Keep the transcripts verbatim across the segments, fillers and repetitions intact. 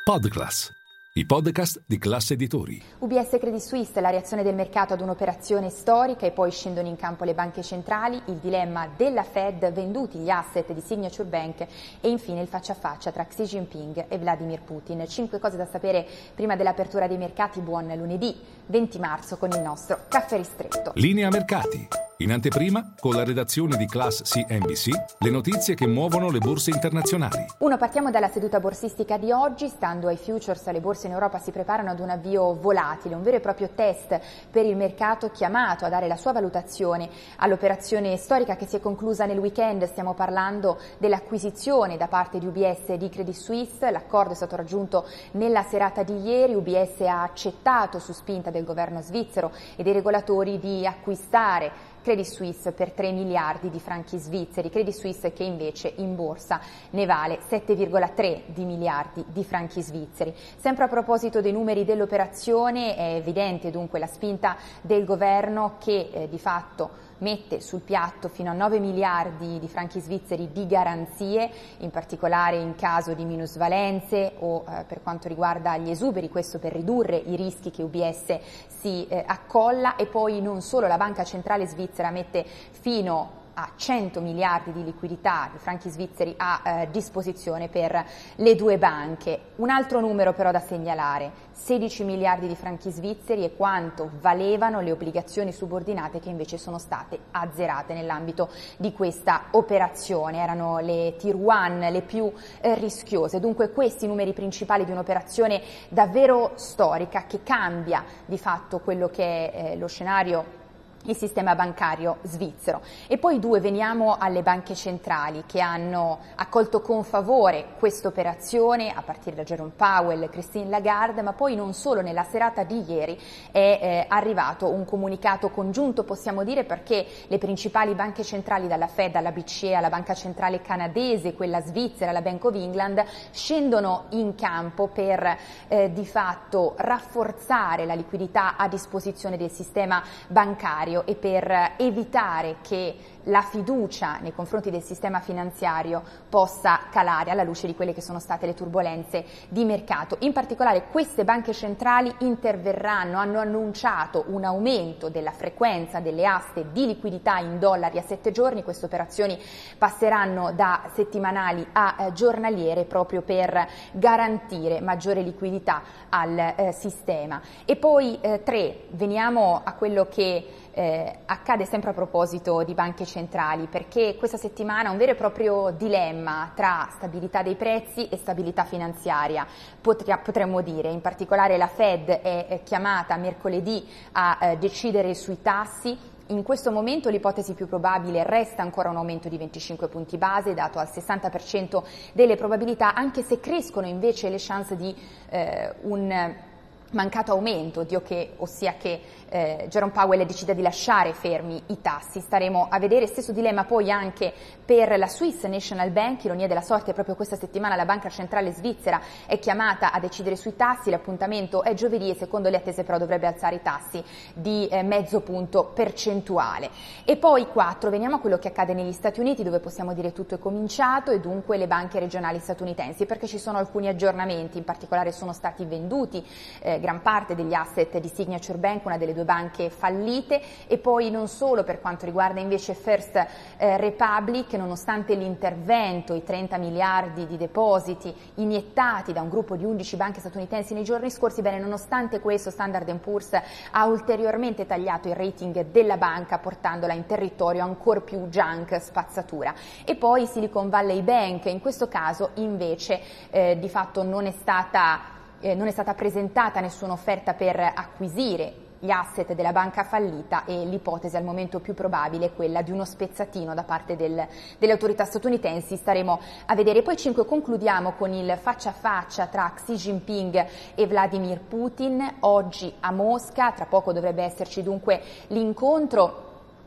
Podclass, i podcast di Class Editori. U B S Credit Suisse, la reazione del mercato ad un'operazione storica e poi scendono in campo le banche centrali, il dilemma della Fed, venduti gli asset di Signature Bank e infine il faccia a faccia tra Xi Jinping e Vladimir Putin. Cinque cose da sapere prima dell'apertura dei mercati. Buon lunedì venti marzo con il nostro caffè ristretto. Linea mercati. In anteprima, con la redazione di Class C N B C, le notizie che muovono le borse internazionali. Uno, partiamo dalla seduta borsistica di oggi. Stando ai futures, le borse in Europa si preparano ad un avvio volatile, un vero e proprio test per il mercato chiamato a dare la sua valutazione all'operazione storica che si è conclusa nel weekend. Stiamo parlando dell'acquisizione da parte di U B S di Credit Suisse. L'accordo è stato raggiunto nella serata di ieri. U B S ha accettato, su spinta del governo svizzero e dei regolatori, di acquistare Credit Suisse per tre miliardi di franchi svizzeri, Credit Suisse che invece in borsa ne vale sette virgola tre di miliardi di franchi svizzeri. Sempre a proposito dei numeri dell'operazione, è evidente dunque la spinta del governo che eh, di fatto mette sul piatto fino a nove miliardi di franchi svizzeri di garanzie, in particolare in caso di minusvalenze o eh, per quanto riguarda gli esuberi, questo per ridurre i rischi che U B S si eh, accolla. E poi non solo, la Banca Centrale Svizzera mette fino a cento miliardi di liquidità di franchi svizzeri a eh, disposizione per le due banche. Un altro numero però da segnalare: sedici miliardi di franchi svizzeri è quanto valevano le obbligazioni subordinate che invece sono state azzerate nell'ambito di questa operazione. Erano le tier one, le più eh, rischiose. Dunque questi numeri principali di un'operazione davvero storica che cambia di fatto quello che è eh, lo scenario, il sistema bancario svizzero. E poi due, veniamo alle banche centrali che hanno accolto con favore questa operazione, a partire da Jerome Powell, Christine Lagarde, ma poi non solo. Nella serata di ieri è eh, arrivato un comunicato congiunto, possiamo dire, perché le principali banche centrali, dalla Fed alla B C E alla Banca Centrale Canadese, quella svizzera, la Bank of England, scendono in campo per eh, di fatto rafforzare la liquidità a disposizione del sistema bancario e per evitare che la fiducia nei confronti del sistema finanziario possa calare alla luce di quelle che sono state le turbolenze di mercato. In particolare queste banche centrali interverranno, hanno annunciato un aumento della frequenza delle aste di liquidità in dollari a sette giorni. Queste operazioni passeranno da settimanali a eh, giornaliere proprio per garantire maggiore liquidità al eh, sistema. E poi eh, tre, veniamo a quello che Eh, accade sempre a proposito di banche centrali, perché questa settimana un vero e proprio dilemma tra stabilità dei prezzi e stabilità finanziaria, Potria, potremmo dire. In particolare la Fed è, è chiamata mercoledì a eh, decidere sui tassi. In questo momento l'ipotesi più probabile resta ancora un aumento di venticinque punti base, dato al sessanta per cento delle probabilità, anche se crescono invece le chance di eh, un mancato aumento, Dio che, ossia che eh, Jerome Powell decida di lasciare fermi i tassi. Staremo a vedere. Stesso dilemma poi anche per la Swiss National Bank. Ironia della sorte, proprio questa settimana la Banca Centrale Svizzera è chiamata a decidere sui tassi. L'appuntamento è giovedì e secondo le attese però dovrebbe alzare i tassi di eh, mezzo punto percentuale. E poi quattro, veniamo a quello che accade negli Stati Uniti, dove possiamo dire tutto è cominciato, e dunque le banche regionali statunitensi, perché ci sono alcuni aggiornamenti. In particolare sono stati venduti eh, gran parte degli asset di Signature Bank, una delle due banche fallite, e poi non solo per quanto riguarda invece First eh, Republic, nonostante l'intervento, i trenta miliardi di depositi iniettati da un gruppo di undici banche statunitensi nei giorni scorsi, bene, nonostante questo Standard and Poor's ha ulteriormente tagliato il rating della banca, portandola in territorio ancor più junk, spazzatura. E poi Silicon Valley Bank, in questo caso invece eh, di fatto non è stata Eh, non è stata presentata nessuna offerta per acquisire gli asset della banca fallita e l'ipotesi al momento più probabile è quella di uno spezzatino da parte del, delle autorità statunitensi. Staremo a vedere. Poi cinque, concludiamo con il faccia a faccia tra Xi Jinping e Vladimir Putin oggi a Mosca. Tra poco dovrebbe esserci dunque l'incontro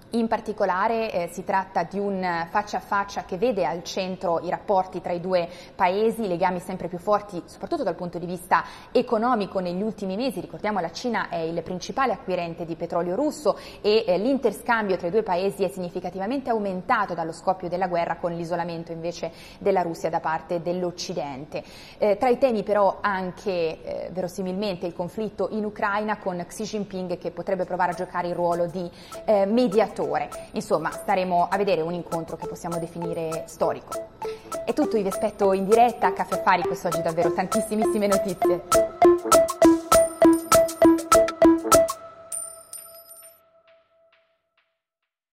In particolare eh, si tratta di un faccia a faccia che vede al centro i rapporti tra i due paesi, legami sempre più forti soprattutto dal punto di vista economico negli ultimi mesi. Ricordiamo, la Cina è il principale acquirente di petrolio russo e eh, l'interscambio tra i due paesi è significativamente aumentato dallo scoppio della guerra, con l'isolamento invece della Russia da parte dell'Occidente. Eh, tra i temi però anche eh, verosimilmente il conflitto in Ucraina, con Xi Jinping che potrebbe provare a giocare il ruolo di eh, mediatore. Insomma, staremo a vedere un incontro che possiamo definire storico. È tutto, io vi aspetto in diretta a Caffè Affari, quest'oggi davvero tantissimissime notizie.